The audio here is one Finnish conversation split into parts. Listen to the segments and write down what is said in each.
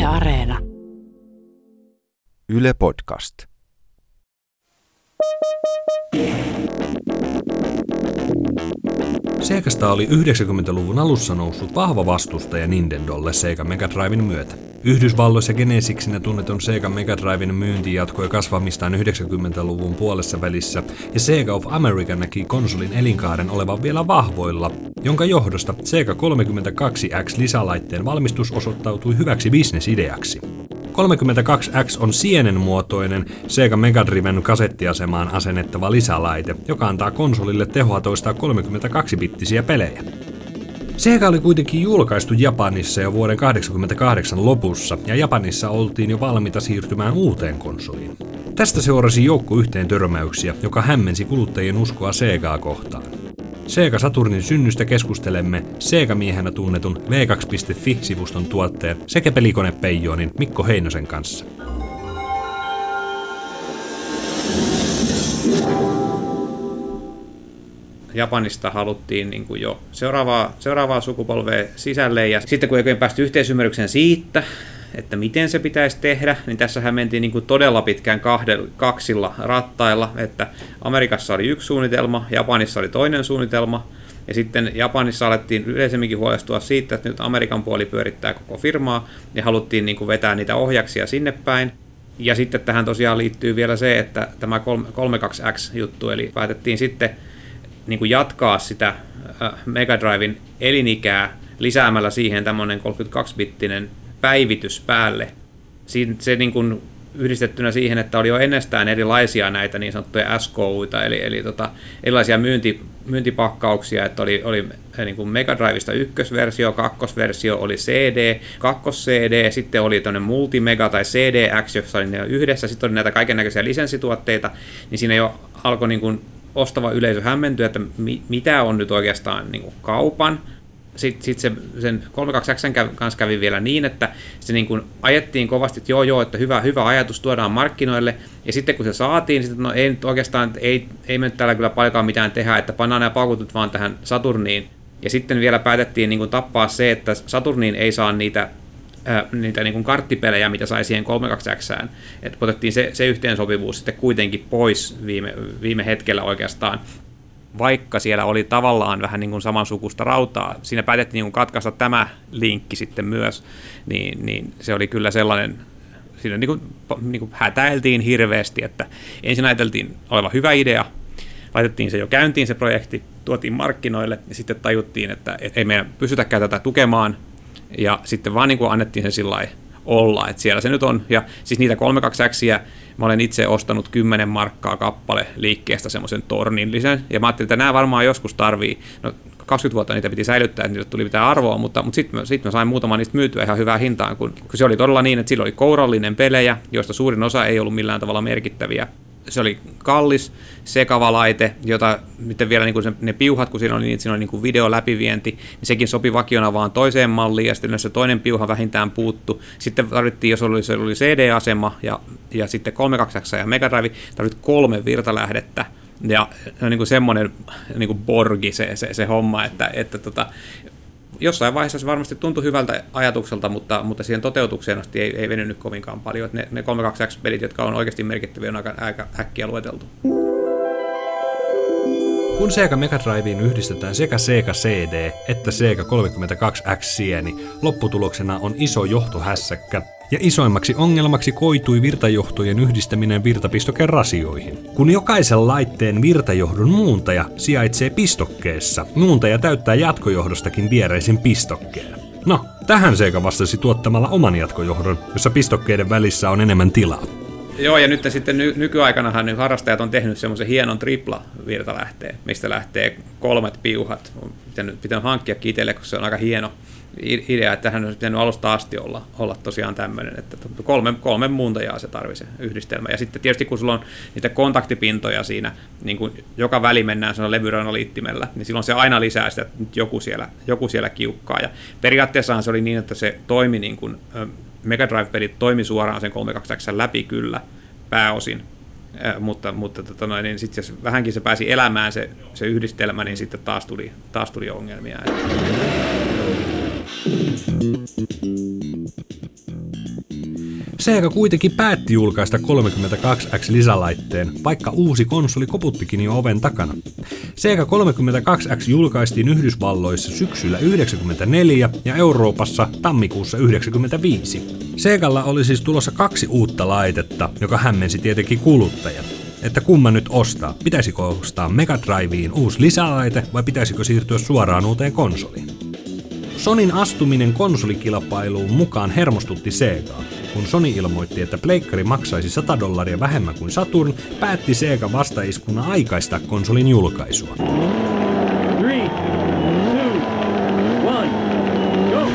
Areena. Yle Podcast. Segasta oli 90-luvun alussa noussut vahva vastustaja Nintendolle Sega Mega Driven myötä. Yhdysvalloissa Genesicsinä tunnetun Sega Mega Driven myynti jatkoi kasvamistaan 90-luvun puolessa välissä, ja Sega of America näki konsolin elinkaaren olevan vielä vahvoilla, jonka johdosta Sega 32X lisälaitteen valmistus osoittautui hyväksi bisnesideaksi. 32X on sienenmuotoinen Sega Mega Driven kasettiasemaan asennettava lisälaite, joka antaa konsolille tehoa toistaa 32-bittisiä pelejä. Sega oli kuitenkin julkaistu Japanissa jo vuoden 1988 lopussa, ja Japanissa oltiin jo valmiita siirtymään uuteen konsoliin. Tästä seurasi joukko yhteen törmäyksiä, joka hämmensi kuluttajien uskoa Segaa kohtaan. Sega Saturnin synnystä keskustelemme Sega-miehenä tunnetun V2.fi-sivuston tuotteen sekä pelikonepeijoonin Mikko Heinosen kanssa. Japanista haluttiin niin kuin jo seuraavaa sukupolvea sisälle, ja sitten kun ei päästy yhteisymmärrykseen siitä, että miten se pitäisi tehdä, niin tässähän mentiin niin kuin todella pitkään kaksilla rattailla, että Amerikassa oli yksi suunnitelma, Japanissa oli toinen suunnitelma, ja sitten Japanissa alettiin yleisemminkin huolestua siitä, että nyt Amerikan puoli pyörittää koko firmaa, ja haluttiin niin kuin vetää niitä ohjaksia sinne päin. Ja sitten tähän tosiaan liittyy vielä se, että tämä 32X-juttu, eli päätettiin sitten niin kuin jatkaa sitä Mega Driven elinikää lisäämällä siihen tämmöinen 32-bittinen päivitys päälle. Se niin kuin yhdistettynä siihen, että oli jo ennestään erilaisia näitä niin sanottuja SKUita, eli erilaisia myyntipakkauksia, että oli niin kuin Mega Drivesta ykkösversio, kakkosversio, oli CD, kakkos-CD, sitten oli tämmöinen Multimega tai CDX, jossa oli ne yhdessä, sitten oli näitä kaikennäköisiä lisenssituotteita, niin siinä jo alkoi niin kuin ostava yleisö hämmentyä, että mitä on nyt oikeastaan niin kuin kaupan. Sitten sen 32X:n kanssa kävi vielä niin, että se niin kuin ajettiin kovasti, että joo, että hyvä ajatus tuodaan markkinoille, ja sitten kun se saatiin, niin no ei nyt oikeastaan, ei me nyt täällä kyllä palkaa mitään tehdä, että pannaan nämä paukutut vaan tähän Saturniin, ja sitten vielä päätettiin niin kuin tappaa se, että Saturniin ei saa niitä niin kuin karttipelejä, mitä sai siihen 32X:ään, että otettiin se yhteensopivuus sitten kuitenkin pois viime hetkellä oikeastaan. Vaikka siellä oli tavallaan vähän niin kuin samansukuista rautaa, siinä päätettiin niin kuin katkaista tämä linkki sitten myös, niin se oli kyllä sellainen, siinä niin kuin hätäiltiin hirveästi, että ensin ajateltiin olevan hyvä idea, laitettiin se jo käyntiin se projekti, tuotiin markkinoille ja sitten tajuttiin, että ei meidän pystytäkään tätä tukemaan, ja sitten vaan niin kuin annettiin se sillä lailla olla, että siellä se nyt on, ja siis niitä 32X:iä mä olen itse ostanut 10 markkaa kappale liikkeestä semmoisen tornillisen, ja mä ajattelin, että nämä varmaan joskus tarvii, no 20 vuotta niitä piti säilyttää, että niille tuli mitään arvoa, mutta sitten mä sain muutaman niistä myytyä ihan hyvään hintaan, kun se oli todella niin, että sillä oli kourallinen pelejä, joista suurin osa ei ollut millään tavalla merkittäviä. Se oli kallis, sekava laite, jota miten vielä niin kuin ne piuhat, kun siinä oli niin kuin videoläpivienti, niin sekin sopi vakiona vaan toiseen malliin, ja sitten se toinen piuha vähintään puuttu. Sitten tarvittiin, jos oli CD-asema ja sitten 32X ja Mega Drive, tarvittiin 3 virtalähdettä, ja niin kuin semmoinen niin kuin borgi se homma, että jossain vaiheessa se varmasti tuntui hyvältä ajatukselta, mutta siihen toteutukseen asti ei venynyt kovinkaan paljon. Että ne 32X-pelit, jotka on oikeasti merkittäviä, on aika äkkiä lueteltu. Kun Sega Mega Driveen yhdistetään sekä Sega CD että Sega 32X-sieni, lopputuloksena on iso johtohässäkkä, ja isoimmaksi ongelmaksi koitui virtajohtojen yhdistäminen virtapistokerasioihin. Kun jokaisen laitteen virtajohdon muuntaja sijaitsee pistokkeessa, muuntaja täyttää jatkojohdostakin viereisen pistokkeen. No, tähän Sega vastasi tuottamalla oman jatkojohdon, jossa pistokkeiden välissä on enemmän tilaa. Joo, ja nyt sitten nykyaikanahan niin harrastajat on tehnyt semmoisen hienon tripla-virtalähteen, mistä lähtee 3 piuhat. On pitänyt hankkia itselle, koska se on aika hieno idea, että tähän olisi pitänyt alusta asti olla tosiaan tämmöinen, että 3 muuntajaa se tarvitsee yhdistelmä. Ja sitten tietysti kun sulla on niitä kontaktipintoja siinä, niin kun joka väli mennään sellaisella levyreunaliittimellä, niin silloin se aina lisää sitä, että nyt joku siellä kiukkaa. Ja periaatteessahan se oli niin, että se toimi niin kuin Mega Drive-pelit toimi suoraan sen 32X läpi kyllä pääosin, mutta niin sitten vähänkin se pääsi elämään se yhdistelmä, niin sitten taas tuli ongelmia. Sega kuitenkin päätti julkaista 32X lisälaitteen, vaikka uusi konsoli koputtikin jo oven takana. Sega 32X julkaistiin Yhdysvalloissa syksyllä 1994 ja Euroopassa tammikuussa 1995. Segalla oli siis tulossa 2 uutta laitetta, joka hämmensi tietenkin kuluttajat. Että kumman nyt ostaa? Pitäisikö ostaa Mega Driveen uusi lisälaite vai pitäisikö siirtyä suoraan uuteen konsoliin? Sonyn astuminen konsolikilpailuun mukaan hermostutti Segaa. Kun Sony ilmoitti, että pleikkari maksaisi $100 vähemmän kuin Saturn, päätti Sega vastaiskuna aikaistaa konsolin julkaisua. 3, 2, 1, go!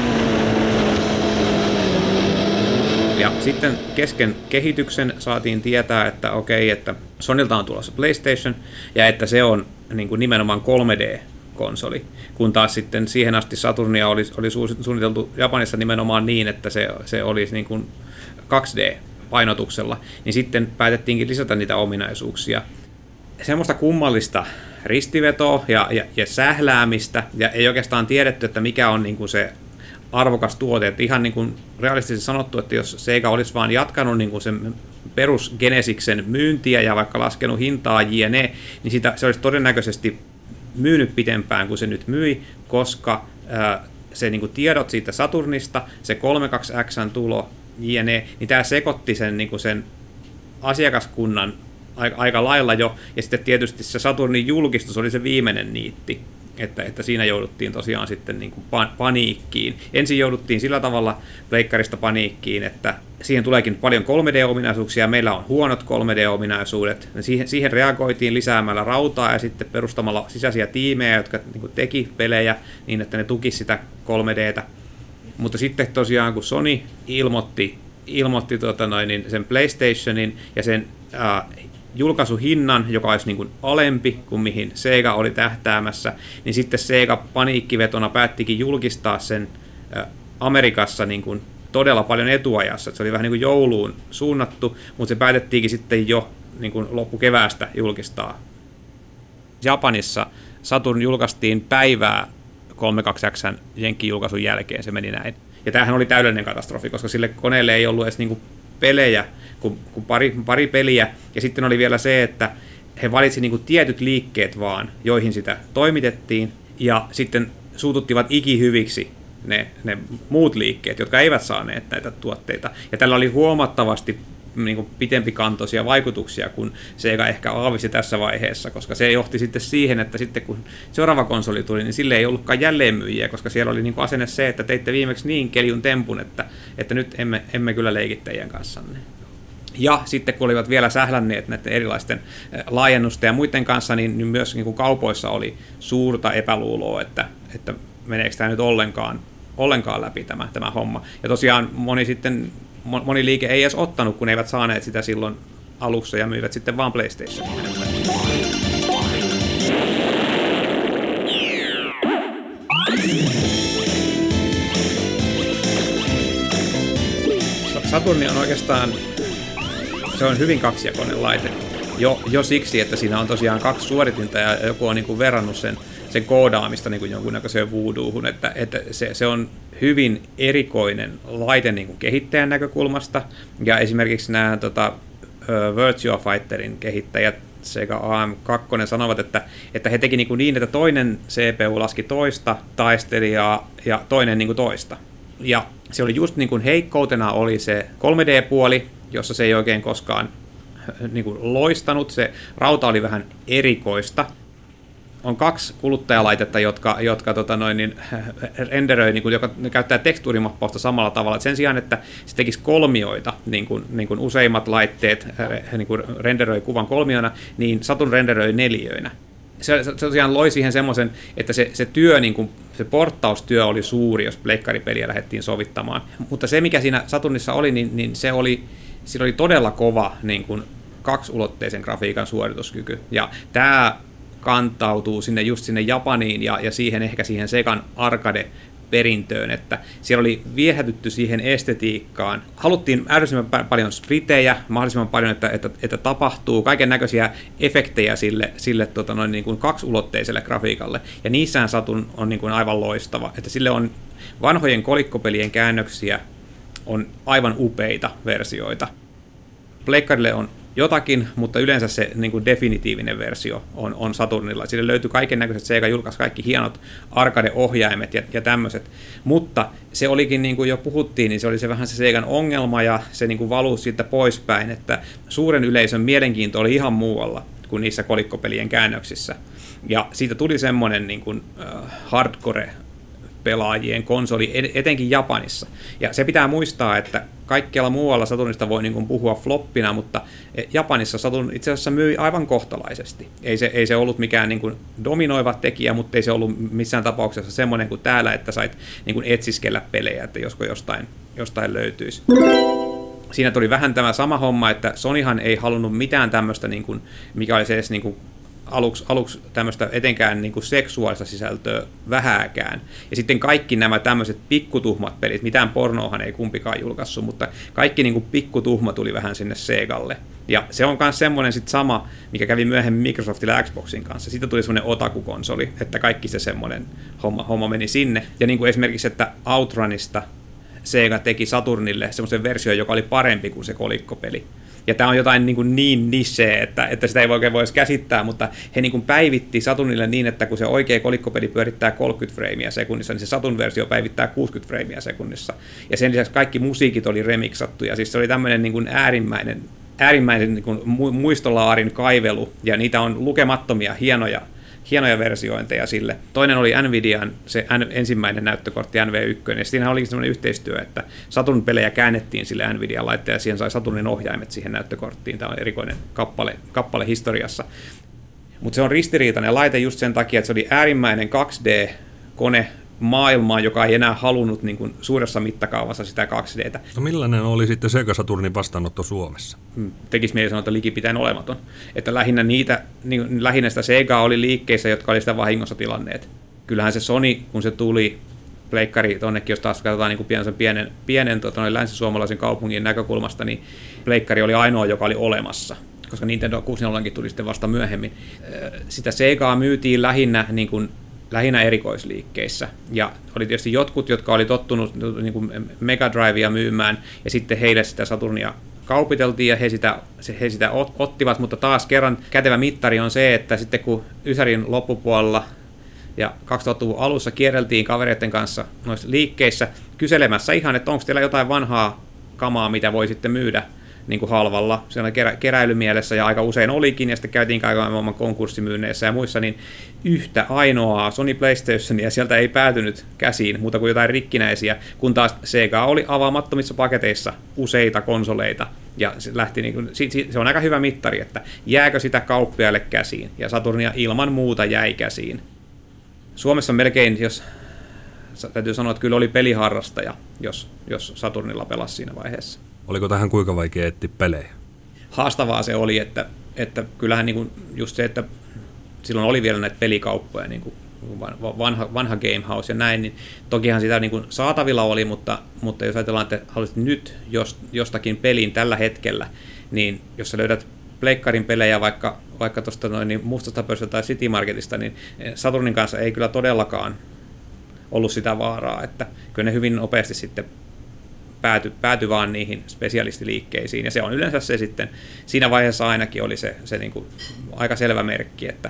Ja sitten kesken kehityksen saatiin tietää, että okei, että Sonylta on tulossa PlayStation ja että se on niin kuin nimenomaan 3D-konsoli, kun taas sitten siihen asti Saturnia oli suunniteltu Japanissa nimenomaan niin, että se olisi niin kuin 2D-painotuksella, niin sitten päätettiinkin lisätä niitä ominaisuuksia. Semmoista kummallista ristivetoa ja sähläämistä, ja ei oikeastaan tiedetty, että mikä on niin kuin se arvokas tuote. Että ihan niin kuin realistisesti sanottu, että jos Sega olisi vaan jatkanut niin kuin sen perus Genesiksen myyntiä ja vaikka laskenut hintaa jne, niin se olisi todennäköisesti myynyt pitempään kuin se nyt myi, koska se niin kuin tiedot siitä Saturnista, se 32X:n tulo jne, niin tämä sekoitti sen, niin kuin sen asiakaskunnan aika lailla jo, ja sitten tietysti se Saturnin julkistus oli se viimeinen niitti, että siinä jouduttiin tosiaan sitten niin kuin paniikkiin. Ensin jouduttiin sillä tavalla pleikkarista paniikkiin, että siihen tuleekin paljon 3D-ominaisuuksia, meillä on huonot 3D-ominaisuudet, siihen reagoitiin lisäämällä rautaa ja sitten perustamalla sisäisiä tiimejä, jotka niin kuin teki pelejä niin, että ne tuki sitä 3Dtä. Mutta sitten tosiaan, kun Sony ilmoitti sen PlayStationin ja sen julkaisuhinnan, joka olisi niin kuin alempi kuin mihin Sega oli tähtäämässä, niin sitten Sega paniikkivetona päättikin julkistaa sen Amerikassa niin kuin todella paljon etuajassa. Se oli vähän niin kuin jouluun suunnattu, mutta se päätettiinkin sitten jo niin kuin loppukeväästä julkistaa. Japanissa Saturn julkaistiin päivää 32X:n jenkkijulkaisun jälkeen, se meni näin. Ja tämähän oli täydellinen katastrofi, koska sille koneelle ei ollut edes niin kuin pelejä, kuin pari peliä, ja sitten oli vielä se, että he valitsivat niin kuin tietyt liikkeet vaan, joihin sitä toimitettiin, ja sitten suututtivat ikihyviksi ne muut liikkeet, jotka eivät saaneet näitä tuotteita, ja tällä oli huomattavasti niin kuin pitempikantoisia vaikutuksia, kun Sega ehkä aavisti tässä vaiheessa, koska se johti sitten siihen, että sitten kun seuraava konsoli tuli, niin sille ei ollutkaan jälleenmyyjiä, koska siellä oli niin kuin asenne se, että teitte viimeksi niin keljun tempun, että nyt emme kyllä leiki teidän kanssanne. Ja sitten kun olivat vielä sählänneet näiden erilaisten laajennusten ja muiden kanssa, niin myös niin kuin kaupoissa oli suurta epäluuloa, että meneekö tämä nyt ollenkaan läpi tämä homma. Ja tosiaan moni liike ei edes ottanut, kun eivät saaneet sitä silloin alussa ja myivät sitten vaan PlayStationia. Saturni on oikeastaan, se on hyvin kaksijakoinen laite. Jo siksi, että siinä on tosiaan 2 suoritinta ja joku on niin kuin verrannut sen koodaamista niin kuin jonkunnäköiseen voodoohun, että se on hyvin erikoinen laite niin kuin kehittäjän näkökulmasta, ja esimerkiksi nämä Virtua Fighterin kehittäjät sekä AM2 sanovat, että he teki niin, että toinen CPU laski toista taistelijaa ja toinen niin kuin toista. Ja se oli just niin kuin heikkoutena oli se 3D-puoli, jossa se ei oikein koskaan niin kuin loistanut, se rauta oli vähän erikoista. On 2 kuluttajalaitetta, jotka renderöi, joka käyttää tekstuurimappausta samalla tavalla. Sen sijaan, että se tekisi kolmioita, niin kuin useimmat laitteet niin kuin renderöi kuvan kolmiona, niin Saturn renderöi neliöinä. Se tosiaan loi siihen semmoisen, että se työ, niin kuin, se porttaustyö oli suuri, jos pleikkaripeliä lähdettiin sovittamaan. Mutta se, mikä siinä Saturnissa oli, niin siinä oli todella kova niin kuin 2-ulotteisen grafiikan suorituskyky. Ja tämä kantautuu sinne Japaniin ja siihen Segan arcade-perintöön, että siellä oli viehätytty siihen estetiikkaan. Haluttiin äärimmäisen paljon spritejä, mahdollisimman paljon, että tapahtuu kaiken näköisiä efektejä sille niin kuin 2-ulotteiselle grafiikalle. Ja niissähän Saturn on niin kuin aivan loistava, että sille on vanhojen kolikkopelien käännöksiä on aivan upeita versioita. Pleikkarille on jotakin, mutta yleensä se niin kuin definitiivinen versio on Saturnilla. Sille löytyy kaiken näköiset, Sega julkaisi kaikki hienot arcade-ohjaimet ja tämmöiset. Mutta se olikin, niin kuin jo puhuttiin, niin se oli se vähän se Segan ongelma ja se niin kuin valui siitä poispäin, että suuren yleisön mielenkiinto oli ihan muualla kuin niissä kolikkopelien käännöksissä. Ja siitä tuli semmoinen niin kuin hardcore-pelaajien konsoli, etenkin Japanissa. Ja se pitää muistaa, että kaikkialla muualla Saturnista voi niin kuin puhua floppina, mutta Japanissa Saturn itse asiassa myi aivan kohtalaisesti. Ei se ollut mikään niin kuin dominoiva tekijä, mutta ei se ollut missään tapauksessa semmoinen kuin täällä, että sait niin kuin etsiskellä pelejä, että josko jostain löytyisi. Siinä tuli vähän tämä sama homma, että Sonyhan ei halunnut mitään tämmöistä, niin kuin, mikä olisi edes niin kuin aluksi tämmöistä etenkään niin kuin seksuaalista sisältöä vähääkään. Ja sitten kaikki nämä tämmöiset pikkutuhmat pelit, mitään pornoahan ei kumpikaan julkaissut, mutta kaikki niin kuin pikkutuhma tuli vähän sinne Segalle. Ja se on myös semmoinen sit sama, mikä kävi myöhemmin Microsoftilla ja Xboxin kanssa. Siitä tuli semmoinen otaku-konsoli, että kaikki se semmoinen homma meni sinne. Ja niin kuin esimerkiksi, että Outrunista Sega teki Saturnille semmoisen version, joka oli parempi kuin se kolikkopeli. Ja tämä on jotain niin niche, että sitä ei oikein voisi käsittää, mutta he niin kuin päivitti Saturnille niin, että kun se oikea kolikkopeli pyörittää 30 freimiä sekunnissa, niin se Saturn-versio päivittää 60 freimiä sekunnissa. Ja sen lisäksi kaikki musiikit oli remiksattuja. Siis se oli tämmöinen niin kuin äärimmäisen niin kuin muistolaarin kaivelu, ja niitä on lukemattomia hienoja versiointeja sille. Toinen oli Nvidian se ensimmäinen näyttökortti NV1, ja siinä oli semmoinen yhteistyö, että Saturn-pelejä käännettiin sille Nvidia-laitteelle, ja siihen sai Saturnin ohjaimet siihen näyttökorttiin. Tämä on erikoinen kappale historiassa. Mutta se on ristiriitainen laite just sen takia, että se oli äärimmäinen 2D-kone maailmaan, joka ei enää halunnut niin kuin suuressa mittakaavassa sitä 2D:tä. No millainen oli sitten Sega Saturnin vastaanotto Suomessa? Tekisi mieli sanoa, että likipitäen olematon. Että lähinnä sitä Sega oli liikkeissä, jotka oli sitä vahingossa tilanneet. Kyllähän se Sony, kun se tuli pleikkari tonnekin, jos taas katsotaan niin kuin pienen länsisuomalaisen kaupungin näkökulmasta, niin pleikkari oli ainoa, joka oli olemassa. Koska Nintendo 64 tuli sitten vasta myöhemmin. Sitä Segaa myytiin lähinnä erikoisliikkeissä. Ja oli tietysti jotkut, jotka oli tottunut niin kuin Mega Drivea myymään, ja sitten heille sitä Saturnia kaupiteltiin, ja he sitä ottivat, mutta taas kerran kätevä mittari on se, että sitten kun Ysärin loppupuolella ja 2000-luvun alussa kierreltiin kavereiden kanssa noissa liikkeissä kyselemässä ihan, että onko teillä jotain vanhaa kamaa, mitä voi sitten myydä niin kuin halvalla, siellä keräilymielessä, ja aika usein olikin, ja sitten käytiin kaiken maailman konkurssimyynneissä ja muissa, niin yhtä ainoaa Sony PlayStationia sieltä ei päätynyt käsiin, muuta kuin jotain rikkinäisiä, kun taas Sega oli avaamattomissa paketeissa useita konsoleita, ja se lähti se on aika hyvä mittari, että jääkö sitä kauppiaille käsiin, ja Saturnia ilman muuta jäi käsiin. Suomessa melkein, jos täytyy sanoa, että kyllä oli peliharrastaja, jos Saturnilla pelasi siinä vaiheessa. Oliko tähän kuinka vaikea etsiä pelejä? Haastavaa se oli, että kyllähän niin kuin just se, että silloin oli vielä näitä pelikauppoja, niin kuin vanha Gamehouse ja näin, niin tokihan sitä niin kuin saatavilla oli, mutta jos ajatellaan, että haluaisit nyt jostakin pelin tällä hetkellä, niin jos sä löydät pleikkarin pelejä vaikka tuosta niin Mustasta pörssistä tai City Marketista, niin Saturnin kanssa ei kyllä todellakaan ollut sitä vaaraa, että kyllä ne hyvin nopeasti sitten päätyi vaan niihin spesialistiliikkeisiin, ja se on yleensä se sitten, siinä vaiheessa ainakin oli se niin kuin aika selvä merkki, että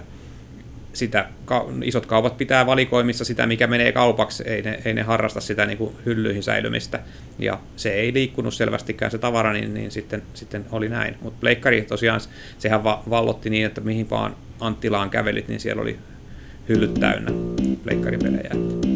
isot kaupat pitää valikoimissa sitä, mikä menee kaupaksi, ei ne harrasta sitä niin kuin hyllyihin säilymistä, ja se ei liikkunut selvästikään se tavara, niin sitten oli näin. Mutta pleikkari tosiaan, sehän vallotti niin, että mihin vaan Anttilaan kävelit, niin siellä oli hyllyt täynnä pleikkaripelejä.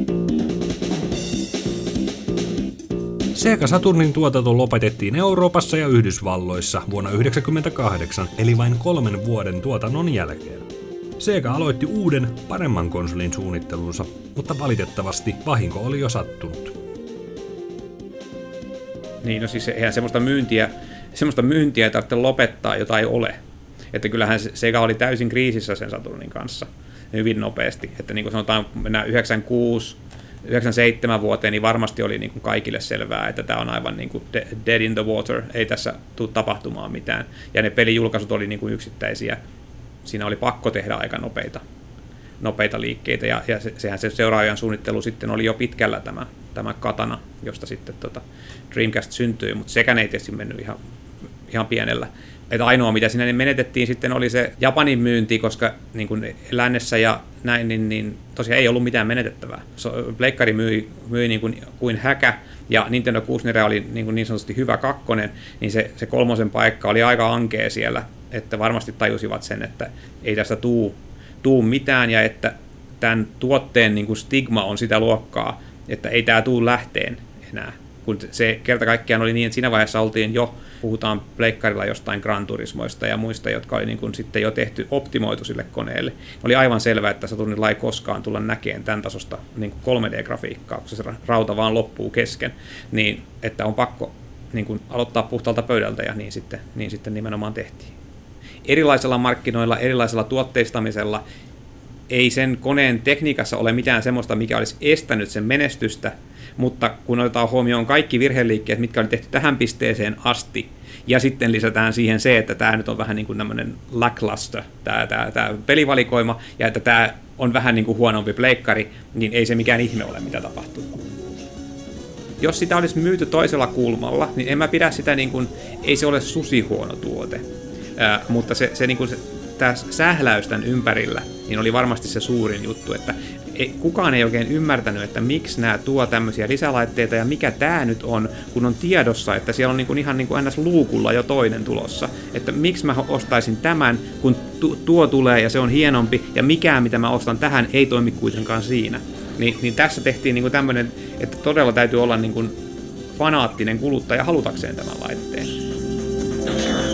Sega Saturnin tuotanto lopetettiin Euroopassa ja Yhdysvalloissa vuonna 1998, eli vain 3 vuoden tuotannon jälkeen. Sega aloitti uuden, paremman konsolin suunnittelunsa, mutta valitettavasti vahinko oli jo sattunut. Niin, no siis eihän semmoista myyntiä ei tarvitse lopettaa, jota ei ole. Että kyllähän Sega oli täysin kriisissä sen Saturnin kanssa hyvin nopeasti. Että niin kuin sanotaan, mennään 97 vuoteen, niin varmasti oli niin kuin kaikille selvää, että tämä on aivan niin kuin dead in the water, ei tässä tule tapahtumaan mitään. Ja ne pelijulkaisut oli niin kuin yksittäisiä. Siinä oli pakko tehdä aika nopeita liikkeitä, ja sehän se seuraajan suunnittelu sitten oli jo pitkällä tämä Katana, josta sitten Dreamcast syntyi, mutta sekään ei tietysti mennyt ihan pienellä. Että ainoa, mitä siinä menetettiin sitten, oli se Japanin myynti, koska niin kuin lännessä ja näin, niin tosiaan ei ollut mitään menetettävää. Pleikkari myi niin kuin häkä, ja Nintendo 64 oli niin sanotusti hyvä kakkonen, niin se 3 paikka oli aika ankea siellä, että varmasti tajusivat sen, että ei tästä tuu mitään, ja että tämän tuotteen niin kuin stigma on sitä luokkaa, että ei tämä tuu lähteen enää. Kun se kerta kaikkiaan oli niin, että siinä vaiheessa puhutaan pleikkarilla jostain Gran Turismoista ja muista, jotka oli niin kuin sitten jo tehty, optimoitu sille koneelle. Oli aivan selvää, että Saturnilla ei koskaan tulla näkemään tämän tasosta niin kuin 3D-grafiikkaa, koska se rauta vaan loppuu kesken, niin että on pakko niin kuin aloittaa puhtaalta pöydältä, ja niin sitten nimenomaan tehtiin. Erilaisilla markkinoilla, erilaisella tuotteistamisella ei sen koneen tekniikassa ole mitään semmoista, mikä olisi estänyt sen menestystä, mutta kun otetaan huomioon kaikki virheliikkeet, mitkä oli tehty tähän pisteeseen asti, ja sitten lisätään siihen se, että tämä nyt on vähän niin kuin tämmöinen lackluster, tämä pelivalikoima, ja että tämä on vähän niin kuin huonompi pleikkari, niin ei se mikään ihme ole, mitä tapahtuu. Jos sitä olisi myyty toisella kulmalla, niin en mä pidä sitä niin kuin, ei se ole susihuono tuote, mutta se niin kuin tämä sähläys tämän ympärillä, niin oli varmasti se suurin juttu, että kukaan ei oikein ymmärtänyt, että miksi nämä tuo tämmöisiä lisälaitteita ja mikä tämä nyt on, kun on tiedossa, että siellä on ihan niin kuin NS-luukulla jo toinen tulossa. Että miksi mä ostaisin tämän, kun tuo tulee ja se on hienompi ja mikään, mitä mä ostan tähän, ei toimi kuitenkaan siinä. Niin tässä tehtiin niin kuin tämmöinen, että todella täytyy olla niin kuin fanaattinen kuluttaja halutakseen tämän laitteen.